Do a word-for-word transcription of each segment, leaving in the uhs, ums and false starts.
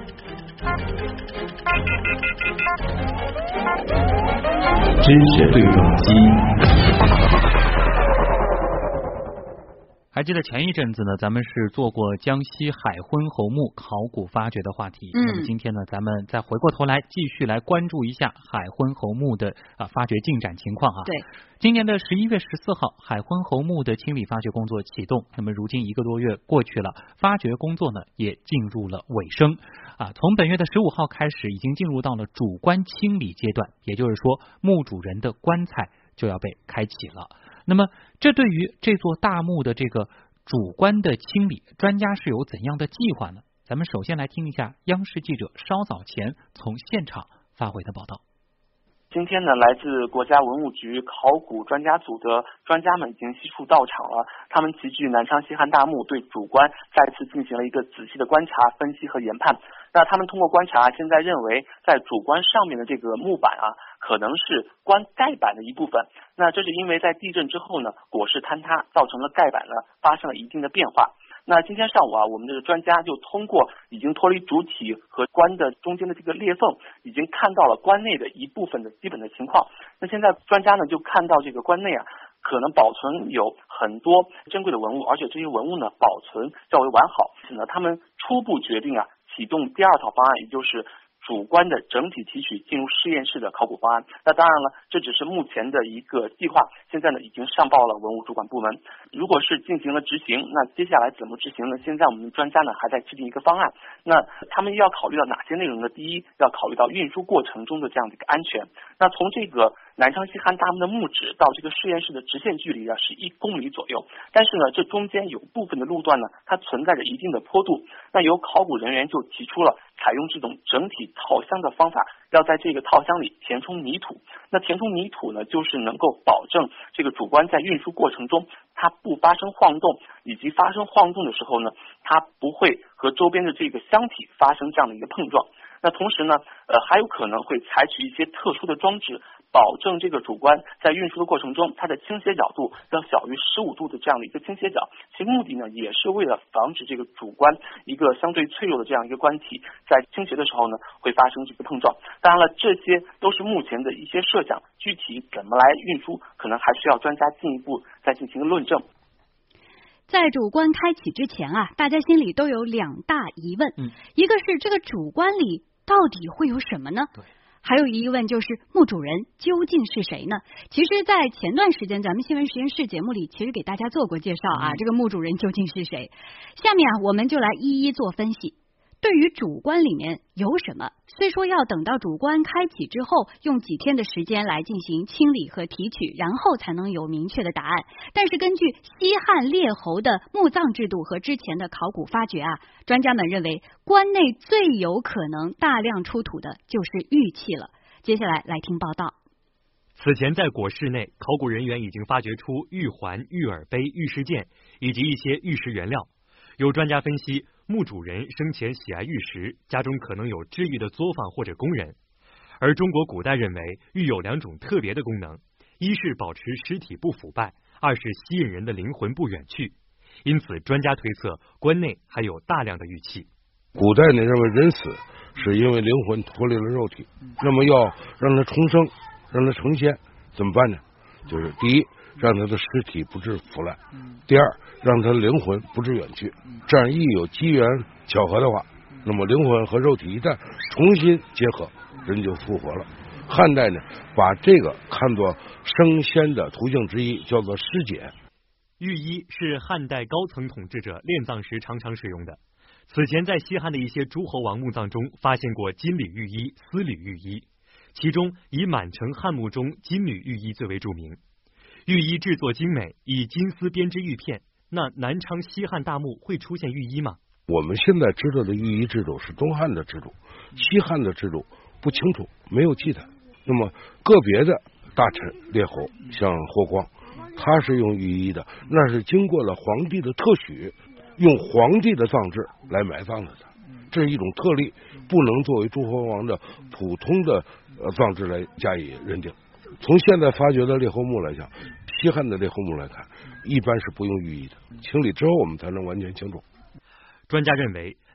知识对撞机。 还记得前一阵子呢，咱们是做过江西海昏侯墓考古发掘的话题。 嗯， 那么今天呢，咱们再回过头来继续来关注一下海昏侯墓的啊发掘进展情况啊。 对， 今年的十一月十四号，海昏侯墓的清理发掘工作启动。那么如今一个多月过去了，发掘工作呢也进入了尾声啊。从本月的十五号开始，已经进入到了主棺清理阶段，也就是说，墓主人的棺材就要被开启了。那么，这对于这座大墓的这个主棺的清理，专家是有怎样的计划呢？咱们首先来听一下央视记者稍早前从现场发回的报道。 今天呢，来自国家文物局考古专家组的专家们已经悉数到场了。他们齐聚南昌西汉大墓，对主棺再次进行了一个仔细的观察、分析和研判。那他们通过观察，现在认为在主棺上面的这个木板啊，可能是棺盖板的一部分。那这是因为在地震之后呢，果实坍塌，造成了盖板呢发生了一定的变化。那今天上午啊，我们这个专家就通过已经脱离主体和棺的中间的这个裂缝，已经看到了棺内的一部分的基本的情况。那现在专家呢就看到这个棺内啊，可能保存有很多珍贵的文物，而且这些文物呢保存较为完好。因此呢，他们初步决定啊启动第二套方案，也就是主棺的整体提取进入实验室的考古方案。那当然了，这只是目前的一个计划，现在呢已经上报了文物主管部门。如果是进行了执行，那接下来怎么执行呢？现在我们专家呢还在制定一个方案。那他们要考虑到哪些内容呢？第一，要考虑到运输过程中的这样的一个安全。那从这个南昌西汉大墓的墓址到这个实验室的直线距离啊是一公里左右，但是呢这中间有部分的路段呢它存在着一定的坡度。那有考古人员就提出了采用这种整体套箱的方法，要在这个套箱里填充泥土。那填充泥土呢，就是能够保证这个主棺在运输过程中它不发生晃动，以及发生晃动的时候呢，它不会和周边的这个箱体发生这样的一个碰撞。那同时呢，呃，还有可能会采取一些特殊的装置，保证这个主棺在运输的过程中，它的倾斜角度要小于十五度的这样的一个倾斜角。其目的呢，也是为了防止这个主棺一个相对脆弱的这样一个棺体在倾斜的时候呢，会发生这个碰撞。当然了，这些都是目前的一些设想，具体怎么来运输，可能还需要专家进一步再进行论证。 在主棺开启之前啊，大家心里都有两大疑问，嗯，一个是这个主棺里到底会有什么呢？对，还有一个问就是墓主人究竟是谁呢？其实在前段时间咱们新闻实验室节目里其实给大家做过介绍啊，嗯、这个墓主人究竟是谁？下面啊我们就来一一做分析。对于主棺里面有什么，虽说要等到主棺开启之后用几天的时间来进行清理和提取，然后才能有明确的答案，但是根据西汉列侯的墓葬制度和之前的考古发掘啊，专家们认为棺内最有可能大量出土的就是玉器了。接下来来听报道。 此前在椁室内，考古人员已经发掘出玉环、玉耳杯、玉饰件以及一些玉石原料。有专家分析，墓主人生前喜爱玉石，家中可能有治愈的作坊或者工人。而中国古代认为玉有两种特别的功能，一是保持尸体不腐败，二是吸引人的灵魂不远去。因此专家推测棺内还有大量的玉器。 古代呢认为人死是因为灵魂脱离了肉体，那么要让它重生，让它成仙，怎么办呢？就是第一，让他的尸体不致腐烂；第二，让他的灵魂不致远去。这样一有机缘巧合的话，那么灵魂和肉体一旦重新结合，人就复活了。汉代呢，把这个看作升仙的途径之一，叫做尸解。 玉衣是汉代高层统治者殓葬时常常使用的。此前在西汉的一些诸侯王墓葬中发现过金缕玉衣、丝缕玉衣，其中以满城汉墓中金缕玉衣最为著名。玉衣制作精美，以金丝编织玉片。那南昌西汉大墓会出现玉衣吗？ 我们现在知道的玉衣制度是东汉的制度，西汉的制度不清楚，没有记载。那么个别的大臣列侯，像霍光，他是用玉衣的，那是经过了皇帝的特许，用皇帝的葬制来埋葬的，这是一种特例，不能作为诸侯王的普通的呃葬制来加以认定。从现在发掘的列侯墓来讲，西汉的列侯墓来看，一般是不用玉衣的，清理之后我们才能完全清楚。 专家认为，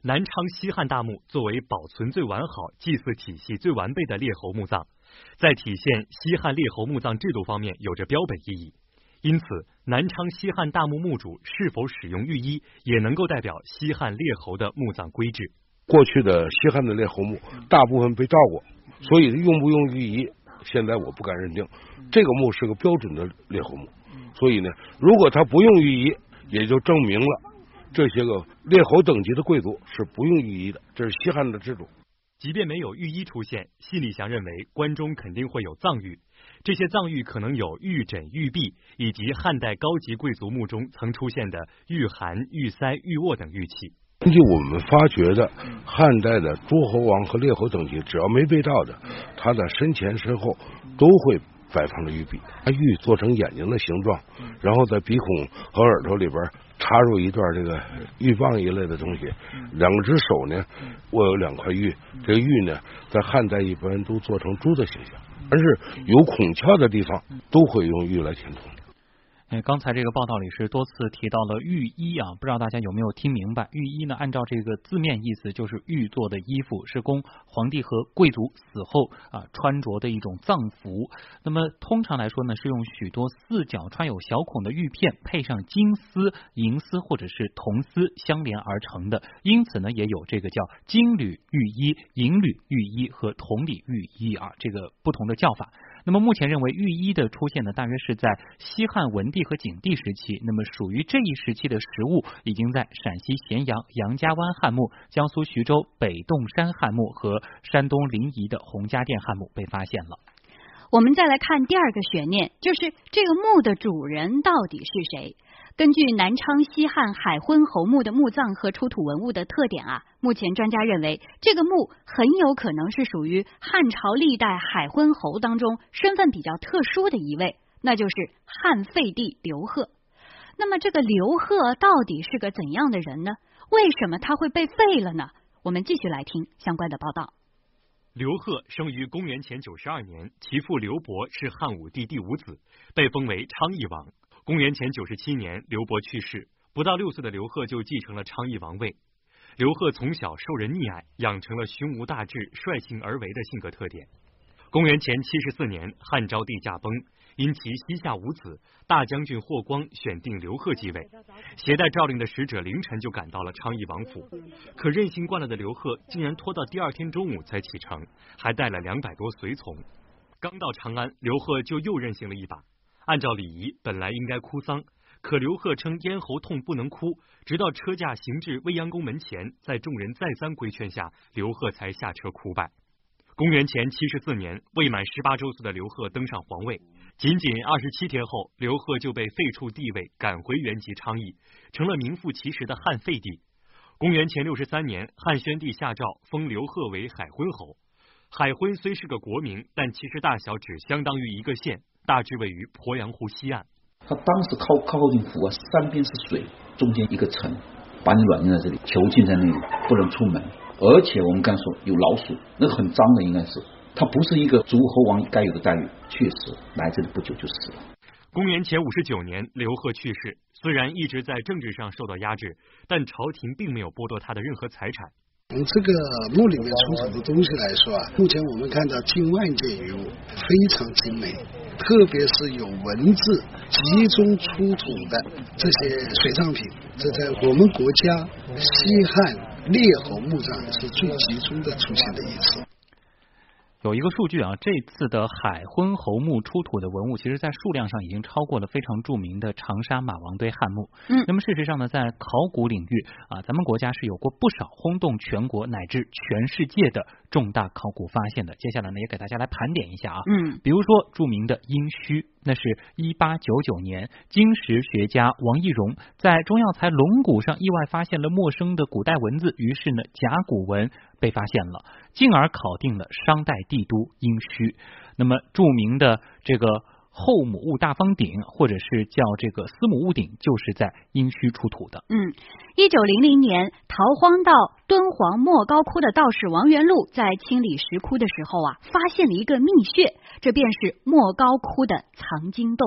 南昌西汉大墓作为保存最完好、祭祀体系最完备的列侯墓葬，在体现西汉列侯墓葬制度方面有着标本意义。因此，南昌西汉大墓墓主是否使用御衣，也能够代表西汉列侯的墓葬规制。 过去的西汉的列侯墓大部分被盗过，所以用不用御衣，现在我不敢认定。这个墓是个标准的列侯墓，所以呢，如果他不用御衣，也就证明了这些个列侯等级的贵族是不用御衣的，这是西汉的制度。 即便没有御衣出现，信立祥认为关中肯定会有藏玉，这些藏玉可能有玉枕、玉璧，以及汉代高级贵族墓中曾出现的玉函、玉塞、玉握等玉器。 根据我们发掘的汉代的诸侯王和列侯等级，只要没被盗的，他的身前身后都会摆放着玉璧，把玉做成眼睛的形状，然后在鼻孔和耳朵里边插入一段这个玉棒一类的东西，两只手呢握有两块玉，这个玉呢在汉代一般都做成猪的形象，而是有孔窍的地方都会用玉来填充。 哎，刚才这个报道里是多次提到了御衣啊，不知道大家有没有听明白？御衣呢，按照这个字面意思就是玉做的衣服，是供皇帝和贵族死后啊穿着的一种葬服。那么通常来说呢，是用许多四角穿有小孔的玉片，配上金丝、银丝或者是铜丝相连而成的，因此呢，也有这个叫金缕御衣、银缕御衣和铜缕御衣啊这个不同的叫法。那么目前认为御衣的出现呢，大约是在西汉文帝和景帝时期。那么属于这一时期的实物，已经在陕西咸阳杨家湾汉墓、江苏徐州北洞山汉墓和山东临沂的洪家店汉墓被发现了。 我们再来看第二个悬念，就是这个墓的主人到底是谁？根据南昌西汉海昏侯墓的墓葬和出土文物的特点啊，目前专家认为这个墓很有可能是属于汉朝历代海昏侯当中身份比较特殊的一位，那就是汉废帝刘贺。那么这个刘贺到底是个怎样的人呢？为什么他会被废了呢？我们继续来听相关的报道。 刘贺生于公元前九十二年，其父刘伯是汉武帝第五子，被封为昌邑王。公元前九十七年，刘伯去世，不到六岁的刘贺就继承了昌邑王位。刘贺从小受人溺爱，养成了胸无大志、率性而为的性格特点。公元前七十四年，汉昭帝驾崩，因其膝下无子，大将军霍光选定刘贺继位。携带诏令的使者凌晨就赶到了昌邑王府，可任性惯了的刘贺竟然拖到第二天中午才启程，还带了两百多随从。刚到长安，刘贺就又任性了一把。按照礼仪，本来应该哭丧，可刘贺称咽喉痛不能哭，直到车驾行至未央宫门前，在众人再三规劝下，刘贺才下车哭拜。公元前七十四年，未满十八周岁的刘贺登上皇位，仅仅二十七天后，刘贺就被废黜帝位，赶回原籍昌邑，成了名副其实的汉废帝。公元前六十三年，汉宣帝下诏封刘贺为海昏侯。海昏虽是个国名，但其实大小只相当于一个县，大致位于鄱阳湖西岸。 他当时靠靠近湖啊，三边是水，中间一个城，把你软禁在这里，囚禁在那里，不能出门。而且我们刚说有老鼠，那个很脏的，应该是他不是一个诸侯王该有的待遇。确实来这里不久就死了。 公元前五十九年，刘贺去世，虽然一直在政治上受到压制，但朝廷并没有剥夺他的任何财产。 从这个墓里面出土的东西来说啊，目前我们看到近万件遗物，非常精美，特别是有文字集中出土的这些水葬品，这在我们国家西汉列侯墓葬是最集中的出现的一次。 有一个数据啊，这次的海昏侯墓出土的文物，其实在数量上已经超过了非常著名的长沙马王堆汉墓。 嗯， 那么事实上呢，在考古领域啊，咱们国家是有过不少轰动全国乃至全世界的重大考古发现的。接下来呢，也给大家来盘点一下啊。 嗯， 比如说著名的殷墟，那是一八九九年，金石学家王懿荣在中药材龙骨上意外发现了陌生的古代文字，于是呢，甲骨文被发现了，进而考定了商代帝都殷墟。那么著名的这个后母戊大方鼎，或者是叫这个司母戊鼎，就是在殷墟出土的。 嗯，一九零零年，逃荒到敦煌莫高窟的道士王元禄在清理石窟的时候啊，发现了一个秘穴，这便是莫高窟的藏经洞。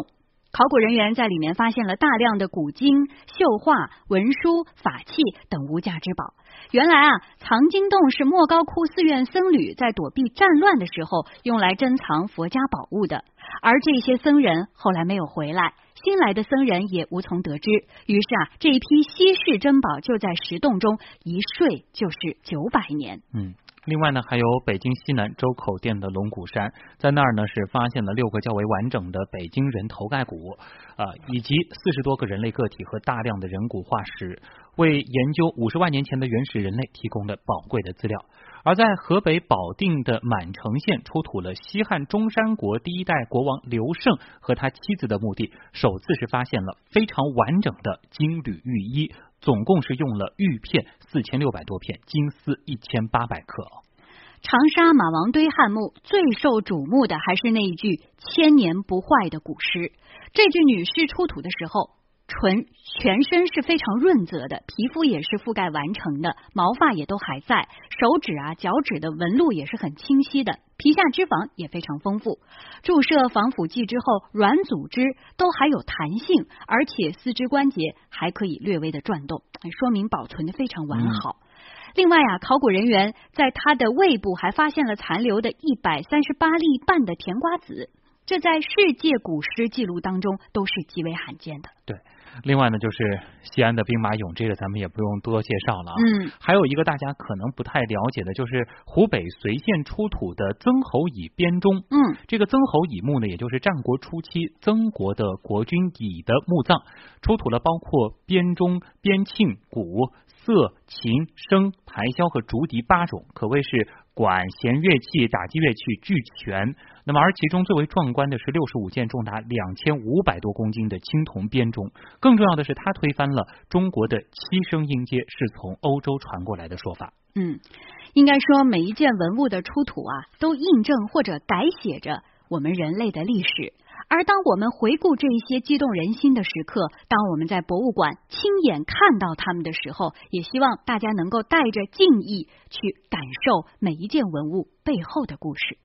考古人员在里面发现了大量的古经、绣画、文书、法器等无价之宝。原来啊，藏经洞是莫高窟寺院僧侣在躲避战乱的时候用来珍藏佛家宝物的，而这些僧人后来没有回来，新来的僧人也无从得知，于是啊，这一批稀世珍宝就在石洞中一睡就是九百年。 嗯。另外呢，还有北京西南周口店的龙骨山，在那儿呢是发现了六个较为完整的北京人头盖骨，啊、呃，以及四十多个人类个体和大量的人骨化石，为研究五十万年前的原始人类提供了宝贵的资料。而在河北保定的满城县出土了西汉中山国第一代国王刘胜和他妻子的墓地，首次是发现了非常完整的金缕玉衣，总共是用了玉片四千六百多片，金丝一千八百克。 长沙马王堆汉墓最受瞩目的还是那一具千年不坏的古尸。这具女尸出土的时候，唇全身是非常润泽的，皮肤也是覆盖完成的，毛发也都还在，手指啊、脚趾的纹路也是很清晰的，皮下脂肪也非常丰富。注射防腐剂之后，软组织都还有弹性，而且四肢关节还可以略微的转动，说明保存的非常完好。嗯另外啊，考古人员在它的胃部还发现了残留的一百三十八粒半的甜瓜子，这在世界古尸记录当中都是极为罕见的。 对，另外呢，就是西安的兵马俑，这个咱们也不用多介绍了啊。 嗯， 还有一个大家可能不太了解的，就是湖北随县出土的曾侯乙编钟。 嗯， 这个曾侯乙墓呢，也就是战国初期曾国的国君乙的墓葬，出土了包括编钟、编磬、鼓、瑟、琴、笙、排箫和竹笛八种，可谓是管弦乐器、打击乐器俱全。那么而其中最为壮观的是六十五件重达两千五百多公斤的青铜编钟，更重要的是它推翻了中国的七声音阶是从欧洲传过来的说法。 嗯，应该说每一件文物的出土啊，都印证或者改写着我们人类的历史。而当我们回顾这一些激动人心的时刻，当我们在博物馆亲眼看到它们的时候，也希望大家能够带着敬意去感受每一件文物背后的故事。